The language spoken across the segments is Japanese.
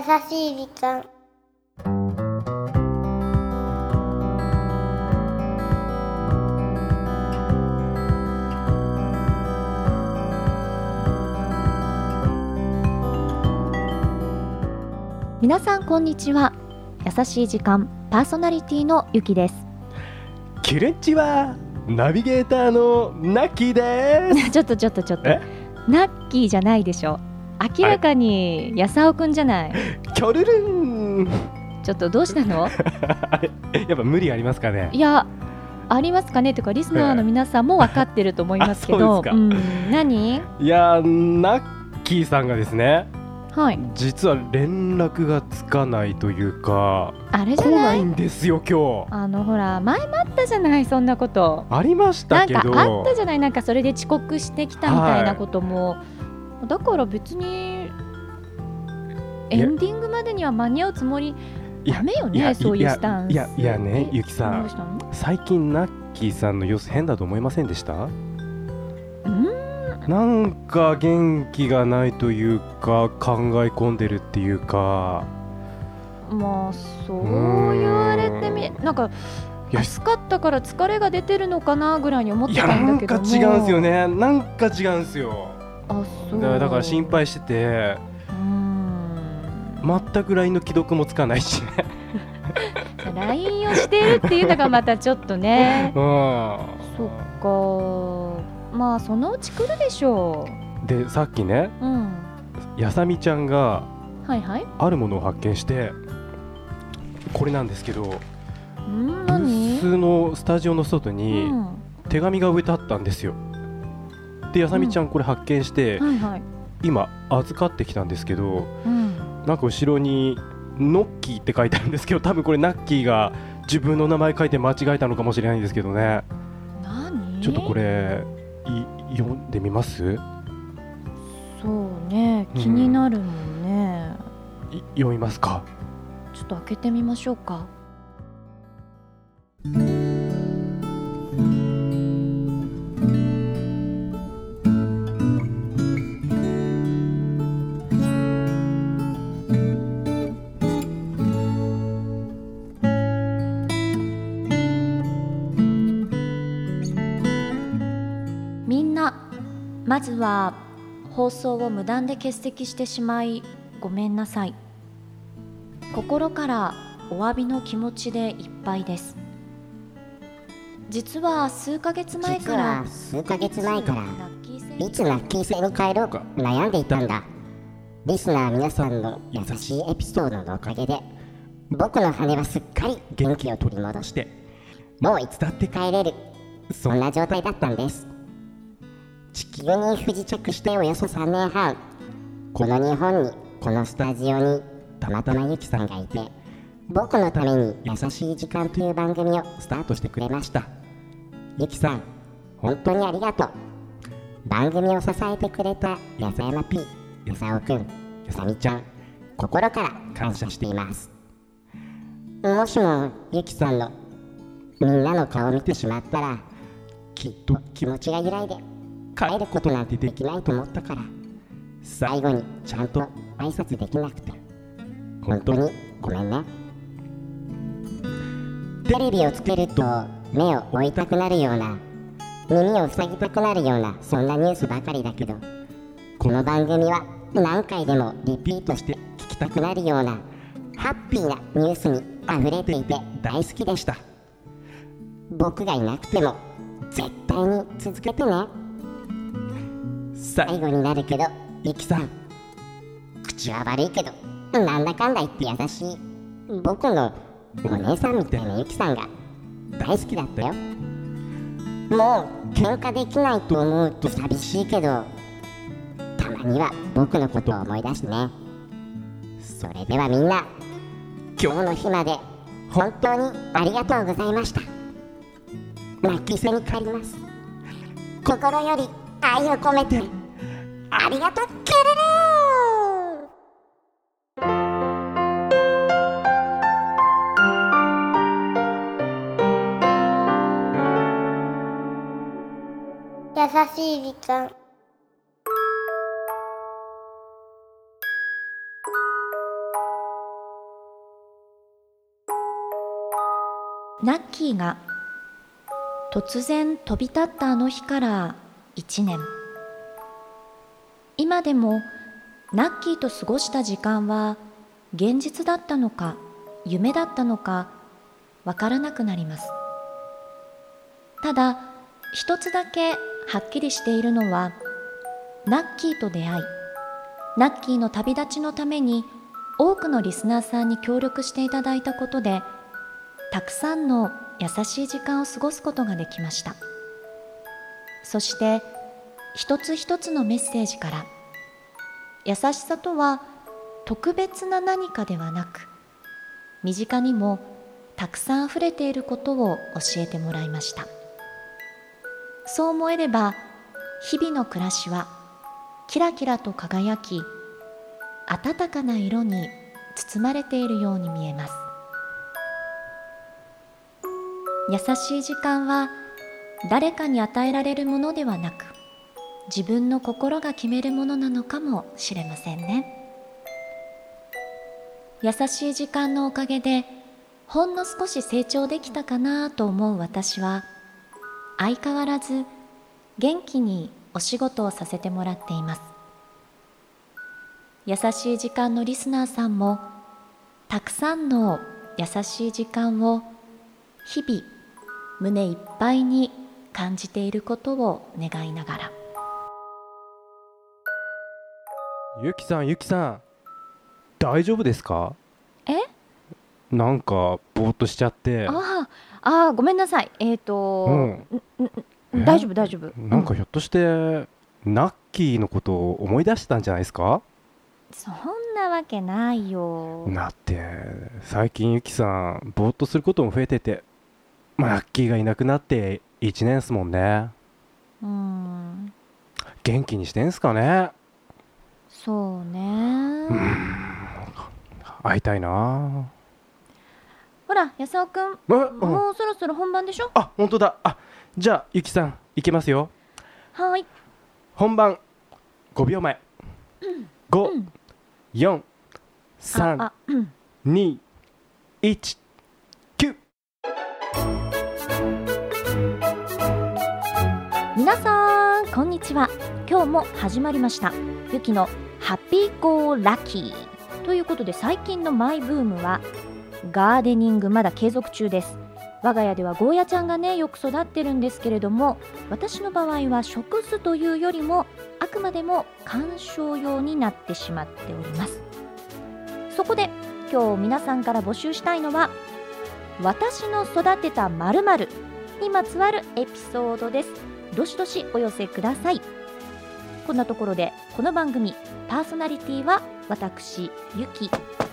しい時間。 皆さんこんにちは。優しい時間パーソナリティのゆきです。 キレッチはナビゲーターのナッキーですちょっとナッキーじゃないでしょ。明らかにやさおくんじゃない。 キョルルンちょっっとどうしたのやっぱ無理ありますかね。 いやありますかねとかリスナーの皆さんも分かってると思いますけど、何？ いやナッキーさんがですね、 はい、 実は連絡がつかないというか、 あれじゃない？ 来ないんですよ今日。 ほら前もあったじゃない、そんなことありましたけど、 なんかあったじゃない、なんかそれで遅刻してきたみたいなことも、だから別にエンディングまでには間に合うつもりダメよね、そういうスタンス。 いやね、ゆきさん、最近ナッキーさんの様子変だと思いませんでした？なんか元気がないというか、考え込んでるっていうか、 まあそう言われてみ、なんか暑かったから疲れが出てるのかなぐらいに思ってたんだけども、 なんか違うんですよね、なんか違うんですよ。 あ、そうだから心配してて、全く LINE の既読もつかないしね LINE をしてるっていうのがまたちょっとねそっか、まあそのうち来るでしょう。でさっきね、やさみちゃんがあるものを発見して、これなんですけど、 何？ ブースのスタジオの外に手紙が植えてあったんですよ。でやさみちゃんこれ発見して、今預かってきたんですけど、なんか後ろにノッキーって書いてあるんですけど、多分これナッキーが自分の名前書いて間違えたのかもしれないんですけどね。 何？ ちょっとこれ読んでみます？ そうね、気になるもんね。 読みますか？ ちょっと開けてみましょうか。みんな、まずは放送を無断で欠席してしまいごめんなさい。心からお詫びの気持ちでいっぱいです。実は数ヶ月前からいつナッキー星に帰ろうか悩んでいたんだ。リスナー皆さんの優しいエピソードのおかげで僕の羽はすっかり元気を取り戻して、もういつだって帰れる、そんな状態だったんです。地球に不時着しておよそ3年半、この日本に、このスタジオにたまたまゆきさんがいて、僕のために優しい時間という番組をスタートしてくれました。ゆきさん、本当にありがとう。番組を支えてくれたやさやま P、 やさおくん、やさみちゃん、心から感謝しています。もしもゆきさんのみんなの顔を見てしまったら、きっと気持ちが揺らいで帰ることなんてできないと思ったから、最後にちゃんと挨拶できなくて本当にごめんね。テレビをつけると目を追いたくなるような、耳を塞ぎたくなるような、そんなニュースばかりだけど、この番組は何回でもリピートして聞きたくなるようなハッピーなニュースにあふれていて大好きでした。僕がいなくても絶対に続けてね。最後になるけどゆきさん、口は悪いけどなんだかんだ言って優しい僕のお姉さんみたいなゆきさんが大好きだったよ。もう喧嘩できないと思うと寂しいけど、たまには僕のことを思い出してね。それではみんな、今日の日まで本当にありがとうございました。ナッキー星に帰ります。心より愛を込めてありがとう。キュルル優しい時間。 ナッキーが突然飛び立ったあの日から1年。今でもナッキーと過ごした時間は現実だったのか夢だったのかわからなくなります。ただ一つだけはっきりしているのは、ナッキーと出会い、ナッキーの旅立ちのために多くのリスナーさんに協力していただいたことで、たくさんの優しい時間を過ごすことができました。そして一つ一つのメッセージから、優しさとは特別な何かではなく、身近にもたくさんあふれていることを教えてもらいました。そう思えれば、日々の暮らしはキラキラと輝き、温かな色に包まれているように見えます。優しい時間は誰かに与えられるものではなく、自分の心が決めるものなのかもしれませんね。優しい時間のおかげでほんの少し成長できたかなと思う私は、相変わらず元気にお仕事をさせてもらっています。優しい時間のリスナーさんもたくさんの優しい時間を日々胸いっぱいに感じていることを願いながら。 ゆきさん大丈夫ですか？なんかぼーっとしちゃって。 ごめんなさい。大丈夫。 なんかひょっとしてナッキーのことを思い出したんじゃないですか？ そんなわけないよ。 だって最近ゆきさんぼーっとすることも増えてて、ナッキーがいなくなって1年っすもんね。元気にしてんすかね？ そうね。 会いたいな。 ほら、やさおくん、もうそろそろ本番でしょ？ 本当だ。じゃあゆきさんいけますよ。 はい。 本番5秒前。5、4、3、2、1、9。 皆さんこんにちは。今日も始まりましたゆきのハッピーゴーラッキーということで、最近のマイブームはガーデニング、まだ継続中です。我が家ではゴーヤちゃんがねよく育ってるんですけれども、私の場合は食酢というよりもあくまでも観賞用になってしまっております。そこで今日皆さんから募集したいのは、私の育てた〇〇にまつわるエピソードです。どしどしお寄せください。こんなところでこの番組パーソナリティは私ゆき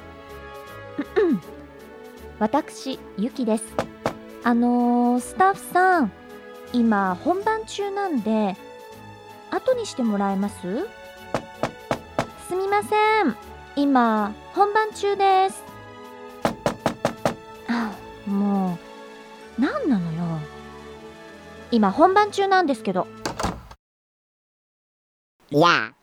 私ゆきです。スタッフさん、今本番中なんで後にしてもらえます？すみません、今本番中です。もう何なのよ、今本番中なんですけど。 いや、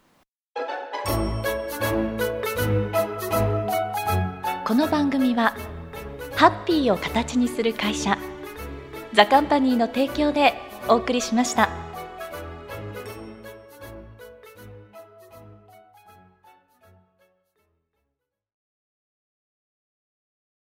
この番組はハッピーを形にする会社ザカンパニーの提供でお送りしました。